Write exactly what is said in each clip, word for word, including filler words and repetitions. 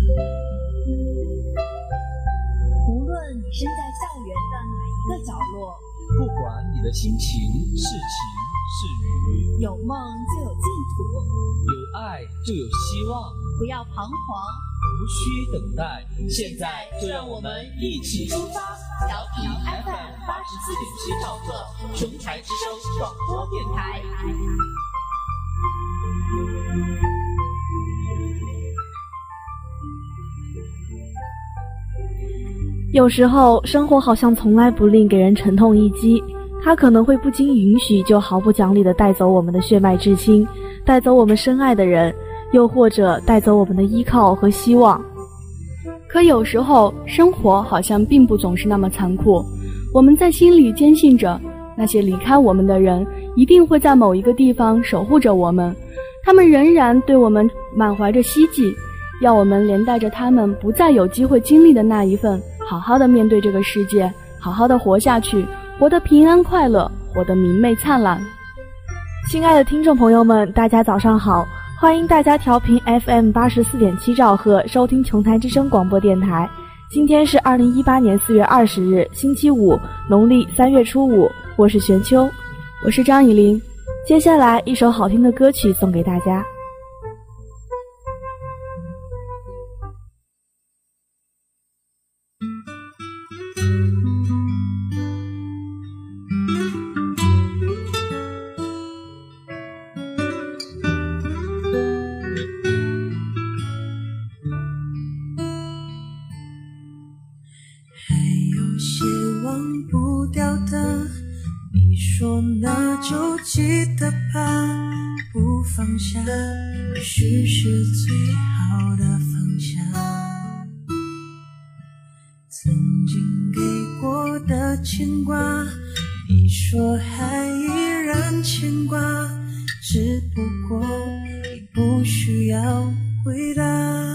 无论你身在校园的哪一个角落， 不管你的心情是晴是雨， 有梦就有净土， 有爱就有希望， 不要彷徨， 无需等待，现在就让我们一起出发。调频 F M 八十四点七兆赫，琼台之声广播电台。 有时候生活好像从来不吝给人沉痛一击，它可能会不经允许就毫不讲理地带走我们的血脉至亲，带走我们深爱的人，又或者带走我们的依靠和希望。 可有时候生活好像并不总是那么残酷，我们在心里坚信着那些离开我们的人一定会在某一个地方守护着我们，他们仍然对我们满怀着希冀，要我们连带着他们不再有机会经历的那一份，好好的面对这个世界，好好的活下去，活得平安快乐，活得明媚灿烂。 亲爱的听众朋友们，大家早上好，欢迎大家调频 F M 八十四点七兆赫收听琼台之声广播电台。今天是二零一八年四月二十日，星期五，农历三月初五。我是玄秋， 我是张以琳。 接下来一首好听的歌曲送给大家。 记得吧，不放下，也许是最好的方向。曾经给过的牵挂，你说还依然牵挂，只不过你不需要回答。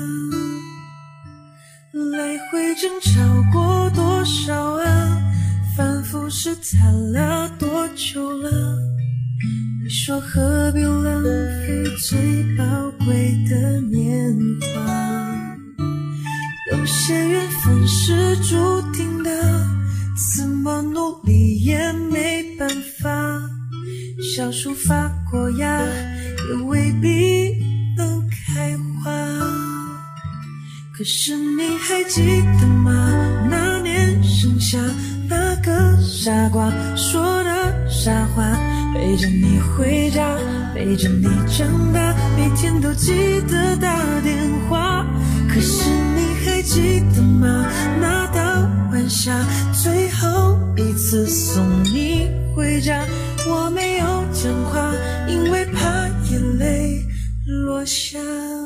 来回争吵过多少啊，反复试探了多久了，你说何必浪费最宝贵的年华。有些缘分是注定的，怎么努力也没办法。小树发过芽，也未必能开花。可是你还记得吗？那年盛夏，那个傻瓜说的傻话，陪着你回家，陪着你长大，每天都记得打电话。可是你还记得吗？那道晚霞，最后一次送你回家，我没有讲话，因为怕眼泪落下。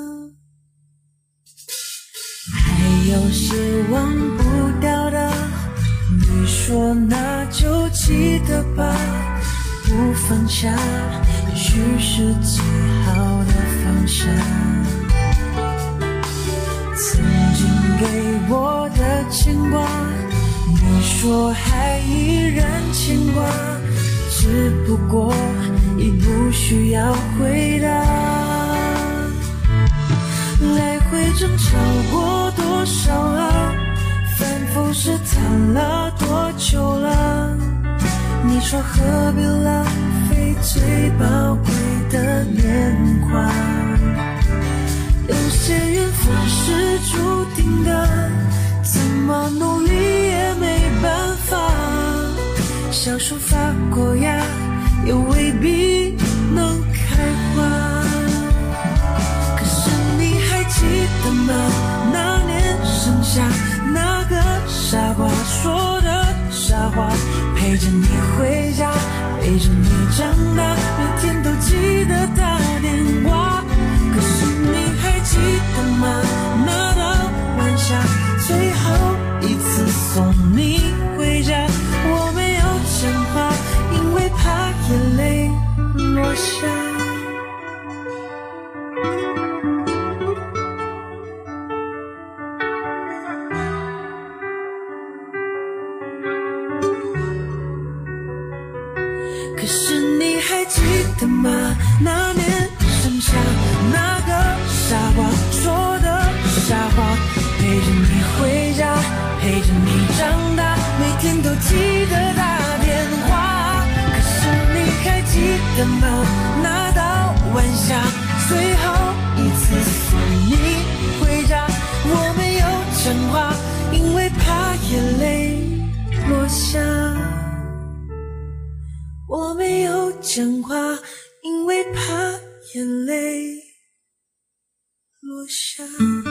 还有些忘不掉的，你说那就记得吧，不放下，也许是最好的方向。曾经给我的牵挂，你说还依然牵挂，只不过已不需要回答。来回争吵过多少啊，反复试探了多久了，你说何必浪费最宝贵的年华。有些缘分是注定的，怎么努力也没办法。小树发过芽，也未必能开花。可是你还记得吗？那年盛夏，那个傻瓜说的傻话，陪着你回家，陪着你长大，每天都记得打电话。可是你还记得吗？那道晚霞，最后一次送你回家，我没有讲话，因为怕眼泪落下。可是你还记得吗？那年盛夏，那个傻瓜说的傻话， 话，陪着你回家，陪着你长大，每天都记得打电话。可是你还记得吗？那道晚霞，最后一次送你回家，我没有讲话，因为怕眼泪落下。我没有讲话，因为怕眼泪落下。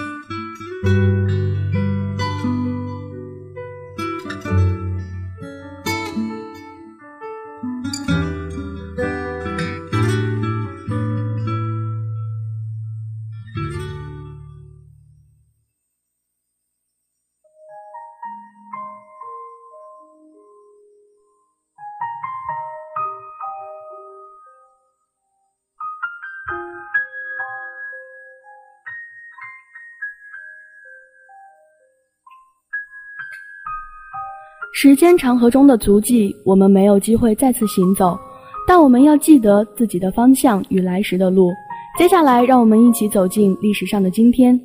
时间长河中的足迹，我们没有机会再次行走，但我们要记得自己的方向与来时的路。接下来让我们一起走进历史上的今天。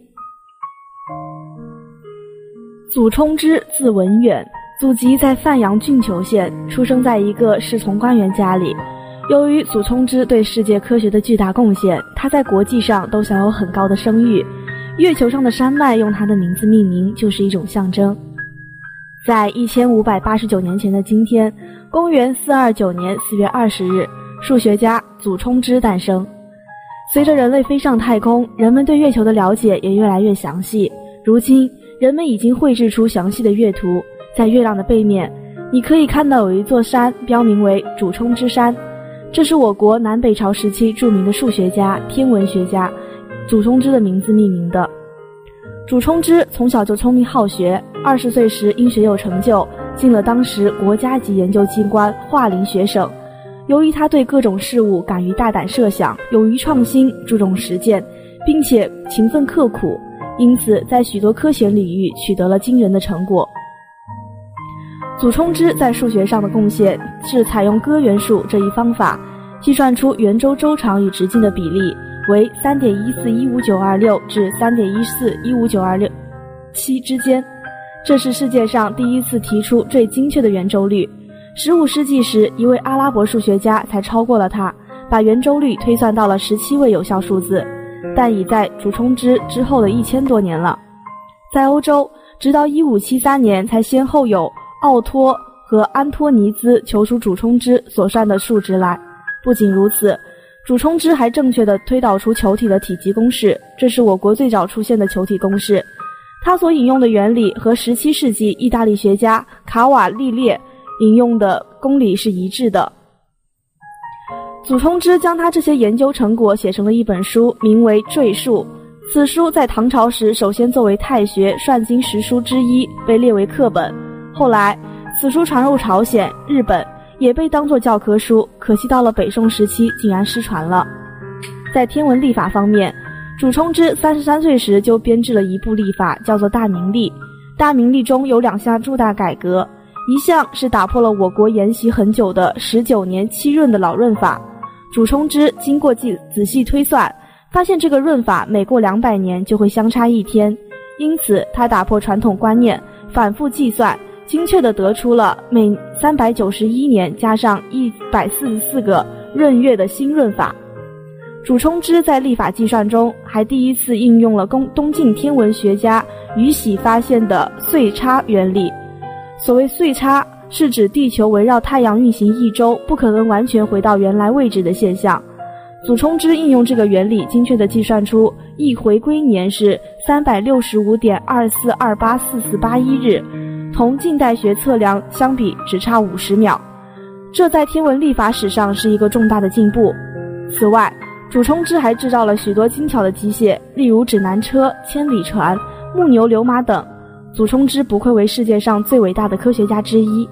祖冲之，字文远，祖籍在范阳郡求县，出生在一个侍从官员家里。由于祖冲之对世界科学的巨大贡献，他在国际上都享有很高的声誉。月球上的山脉用他的名字命名，就是一种象征。在一千五百八十九年前的今天，公元四二九年四月二十日，数学家祖冲之诞生。随着人类飞上太空，人们对月球的了解也越来越详细。如今，人们已经绘制出详细的月图，在月亮的背面，你可以看到有一座山，标明为祖冲之山。这是我国南北朝时期著名的数学家、天文学家祖冲之的名字命名的。祖冲之从小就聪明好学，二十岁时因学有成就，进了当时国家级研究机关桦林学省。由于他对各种事物敢于大胆设想，勇于创新，注重实践，并且勤奋刻苦，因此在许多科学领域取得了惊人的成果。祖冲之在数学上的贡献是采用割圆数这一方法，计算出圆周周长与直径的比例为 三点一四一五九二六 至 三点一四一五九二六七 之间，这是世界上第一次提出最精确的圆周率。十五世纪时，一位阿拉伯数学家才超过了他，把圆周率推算到了十七位有效数字，但已在祖冲之之后的一千多年了。在欧洲，直到一五七三年才先后有奥托和安托尼兹求出祖冲之所算的数值来。不仅如此，祖冲之还正确地推导出球体的体积公式，这是我国最早出现的球体公式。他所引用的原理和十七世纪意大利学家卡瓦利列引用的公理是一致的。祖冲之将他这些研究成果写成了一本书，名为《赘述》。此书在唐朝时首先作为太学算经十书之一被列为课本，后来此书传入朝鲜、日本，也被当作教科书，可惜到了北宋时期竟然失传了。在天文历法方面，祖冲之三十三岁时就编制了一部历法，叫做大明历。大明历中有两项重大改革，一项是打破了我国沿袭很久的十九年七闰的老闰法。祖冲之经过仔细推算，发现这个闰法每过两百年就会相差一天，因此他打破传统观念，反复计算，精确地得出了每三百九十一年加上一百四十四个闰月的新闰法。祖冲之在历法计算中还第一次应用了东晋天文学家宇喜发现的岁差原理。所谓岁差，是指地球围绕太阳运行一周不可能完全回到原来位置的现象。祖冲之应用这个原理，精确地计算出一回归年是 三百六十五点二四二八四四八一日，同近代学测量相比只差五十秒，这在天文历法史上是一个重大的进步。此外，祖冲之还制造了许多精巧的机械，例如指南车、千里船、木牛流马等。祖冲之不愧为世界上最伟大的科学家之一。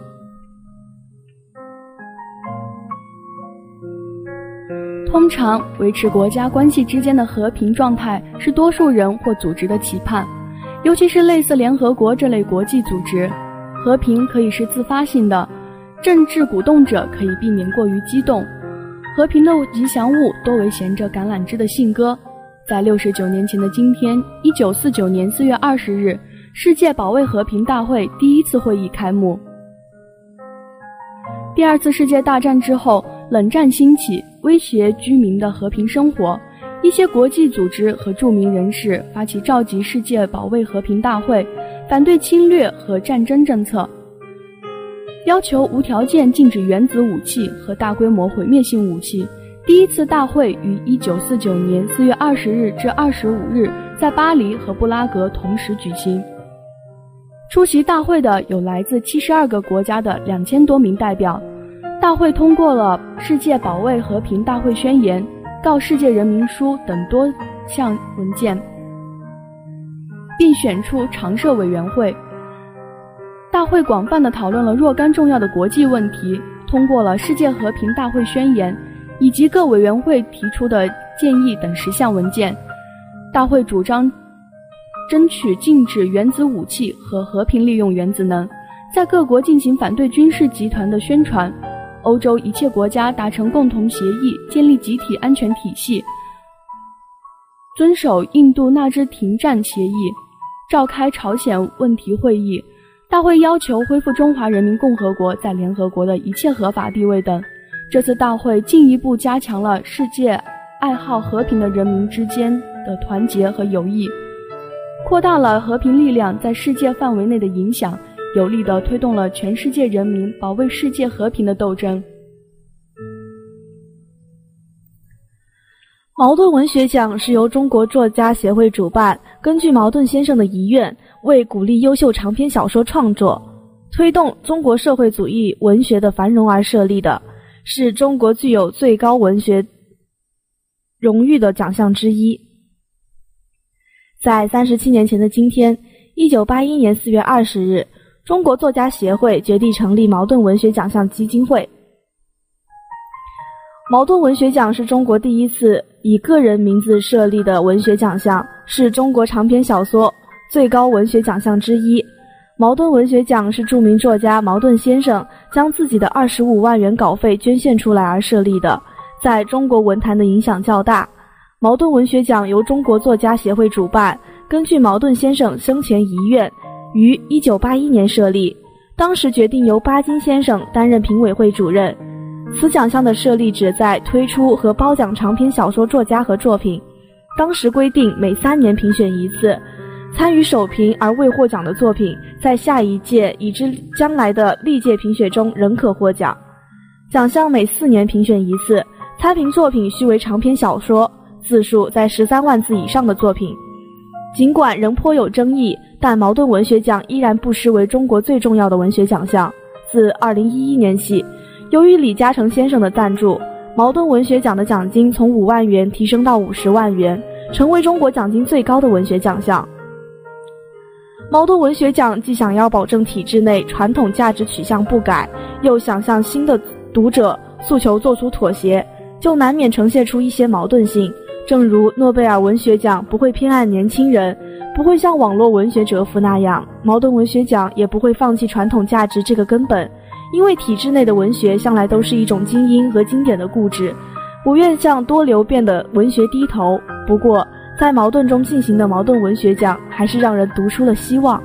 通常，维持国家关系之间的和平状态是多数人或组织的期盼，尤其是类似联合国这类国际组织。和平可以是自发性的，政治鼓动者可以避免过于激动。和平的吉祥物多为衔着橄榄枝的信鸽。 在六十九年前的今天，一九四九年四月二十日，世界保卫和平大会第一次会议开幕。第二次世界大战之后，冷战兴起，威胁居民的和平生活。一些国际组织和著名人士发起召集世界保卫和平大会，反对侵略和战争政策，要求无条件禁止原子武器和大规模毁灭性武器。第一次大会于一九四九年四月二十日至二十五日在巴黎和布拉格同时举行。出席大会的有来自七十二个国家的两千多名代表。大会通过了世界保卫和平大会宣言、告世界人民书等多项文件，并选出常设委员会。大会广泛地讨论了若干重要的国际问题，通过了世界和平大会宣言以及各委员会提出的建议等十项文件。大会主张争取禁止原子武器和和平利用原子能，在各国进行反对军事集团的宣传。欧洲一切国家达成共同协议，建立集体安全体系，遵守印度纳支停战协议，召开朝鲜问题会议。大会要求恢复中华人民共和国在联合国的一切合法地位等。这次大会进一步加强了世界爱好和平的人民之间的团结和友谊，扩大了和平力量在世界范围内的影响，有力地推动了全世界人民保卫世界和平的斗争。 茅盾文学奖是由中国作家协会主办，根据茅盾先生的遗愿，为鼓励优秀长篇小说创作，推动中国社会主义文学的繁荣而设立的，是中国具有最高文学荣誉的奖项之一。在三十七年前的今天，一九八一年四月二十日，中国作家协会决定成立茅盾文学奖项基金会。茅盾文学奖是中国第一次以个人名字设立的文学奖项，是中国长篇小说最高文学奖项之一。茅盾文学奖是著名作家茅盾先生将自己的二十五万元稿费捐献出来而设立的，在中国文坛的影响较大。茅盾文学奖由中国作家协会主办，根据茅盾先生生前遗愿，于一九八一年设立，当时决定由巴金先生担任评委会主任。此奖项的设立旨在推出和褒奖长篇小说作家和作品，当时规定每三年评选一次，参与首评而未获奖的作品，在下一届以至将来的历届评选中仍可获奖。奖项每四年评选一次，参评作品须为长篇小说，字数在十三万字以上的作品。尽管仍颇有争议，但茅盾文学奖依然不失为中国最重要的文学奖项。自二零一一年起，由于李嘉诚先生的赞助，茅盾文学奖的奖金从五万元提升到五十万元，成为中国奖金最高的文学奖项。茅盾文学奖既想要保证体制内传统价值取向不改，又想向新的读者诉求做出妥协，就难免呈现出一些矛盾性。正如诺贝尔文学奖不会偏爱年轻人，不会像网络文学蛰伏那样，茅盾文学奖也不会放弃传统价值这个根本。因为体制内的文学向来都是一种精英和经典的固执，不愿向多流变的文学低头。不过在茅盾中进行的茅盾文学奖还是让人读出了希望。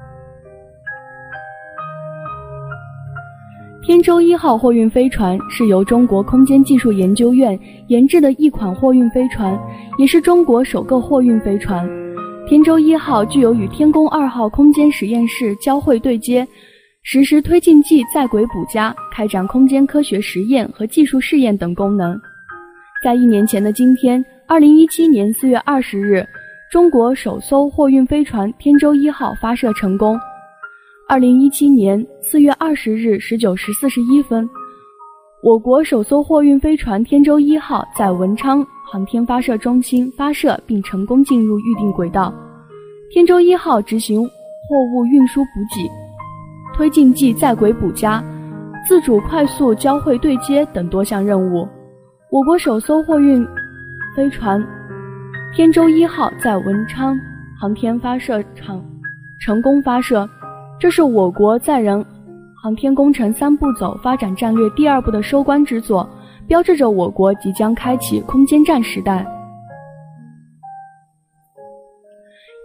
天舟一号货运飞船是由中国空间技术研究院研制的一款货运飞船，也是中国首个货运飞船。天舟一号具有与天宫二号空间实验室交会对接，实时推进剂在轨补加，开展空间科学实验和技术试验等功能。在一年前的今天，二零一七年四月二十日，中国首艘货运飞船天舟一号发射成功。二零一七年四月二十日十九时四十一分，我国首艘货运飞船天舟一号在文昌航天发射中心发射并成功进入预定轨道。天舟一号执行货物运输补给、推进剂在轨补加、自主快速交会对接等多项任务。我国首艘货运飞船天舟一号在文昌航天发射场成功发射，这是我国载人航天工程三步走发展战略第二步的收官之作，标志着我国即将开启空间站时代。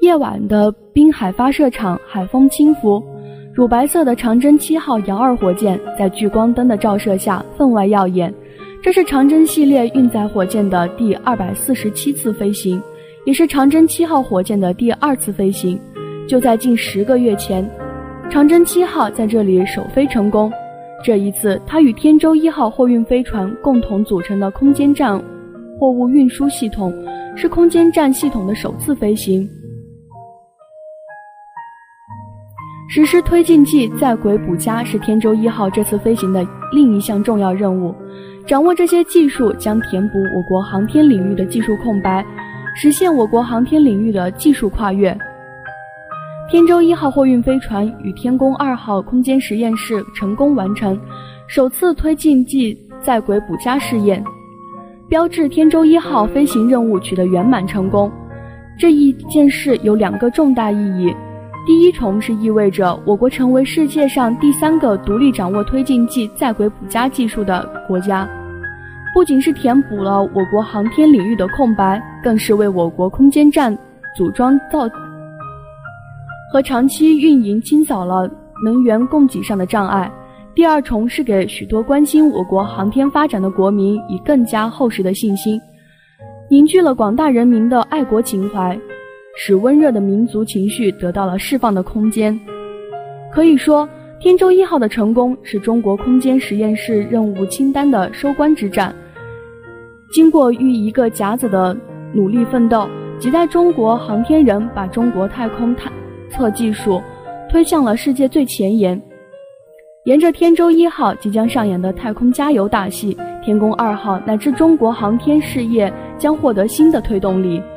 夜晚的滨海发射场海风轻拂，乳白色的长征七号遥二火箭在聚光灯的照射下分外耀眼。这是长征系列运载火箭的第二百四十七次飞行，也是长征七号火箭的第二次飞行。就在近十个月前，长征七号在这里首飞成功。这一次，它与天舟一号货运飞船共同组成的空间站货物运输系统，是空间站系统的首次飞行。实施推进剂在轨补加是天舟一号这次飞行的另一项重要任务。掌握这些技术将填补我国航天领域的技术空白，实现我国航天领域的技术跨越。天舟一号货运飞船与天宫二号空间实验室成功完成首次推进剂在轨补加试验，标志天舟一号飞行任务取得圆满成功。这一件事有两个重大意义。第一重是意味着我国成为世界上第三个独立掌握推进剂在轨补加技术的国家，不仅是填补了我国航天领域的空白，更是为我国空间站组装造和长期运营清扫了能源供给上的障碍。第二重是给许多关心我国航天发展的国民以更加厚实的信心，凝聚了广大人民的爱国情怀，使温热的民族情绪得到了释放的空间。可以说，天舟一号的成功是中国空间实验室任务清单的收官之战。经过逾一个甲子的努力奋斗，几代中国航天人把中国太空探测技术推向了世界最前沿。沿着天舟一号即将上演的太空加油大戏，天宫二号乃至中国航天事业将获得新的推动力。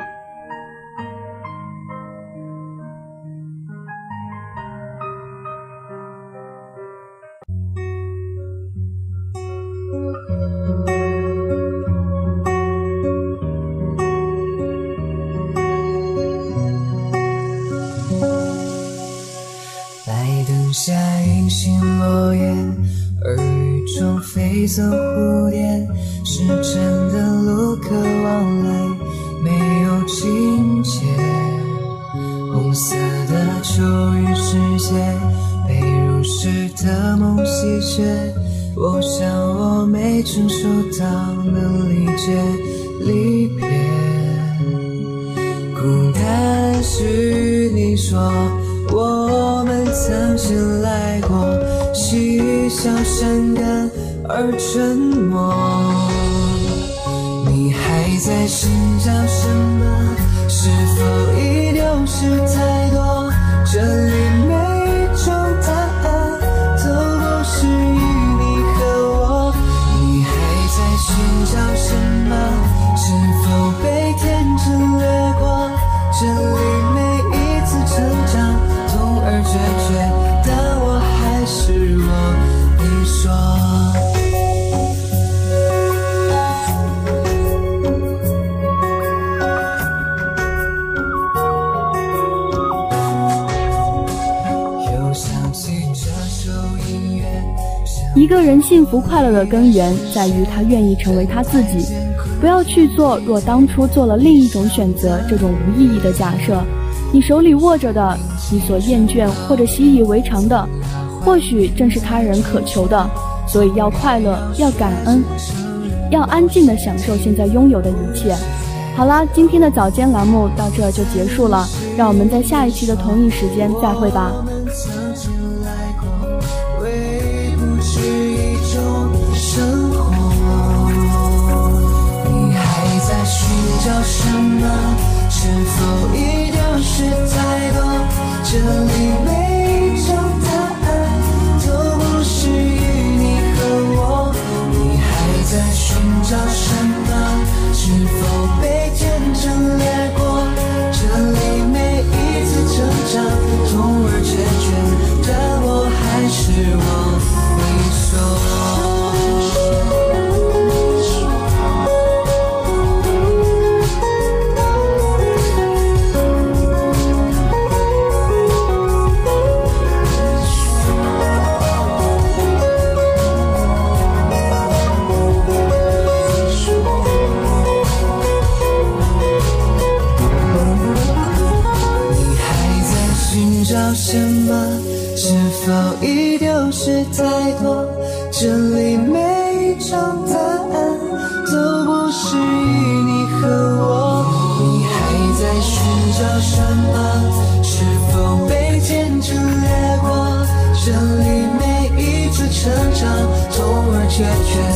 下银杏落叶，而雨中飞走蝴蝶，时针的路可往来，没有情节。红色的秋雨世界，被如诗的梦洗劫。我想我没承受到能理解离别，孤单是你说我们曾经来过，嬉笑伤感而沉默。你还在寻找什么？是否已丢失太多？这里每种答案都不是与你和我。你还在寻找什么？是否被天真掠过？这里每一次成长而决绝，但我还是我。你说又想起这首音乐。 一个人幸福快乐的根源在于他愿意成为他自己，不要去做若当初做了另一种选择这种无意义的假设。你手里握着的，你所厌倦或者习以为常的，或许正是他人渴求的。所以要快乐，要感恩，要安静地享受现在拥有的一切。好啦，今天的早间栏目到这就结束了，让我们在下一期的同一时间再会吧。 你还在寻找什么？是否已丢失太多？这里每种答案都不是与你和我。你还在寻找什么？是否被天真掠过？这里每一次成长痛而决绝，但我还是我。你说寻找什么？是否已丢失太多？这里每一种答案都不适宜你和我。你还在寻找什么？是否被天真掠过？这里每一次成长，痛而决绝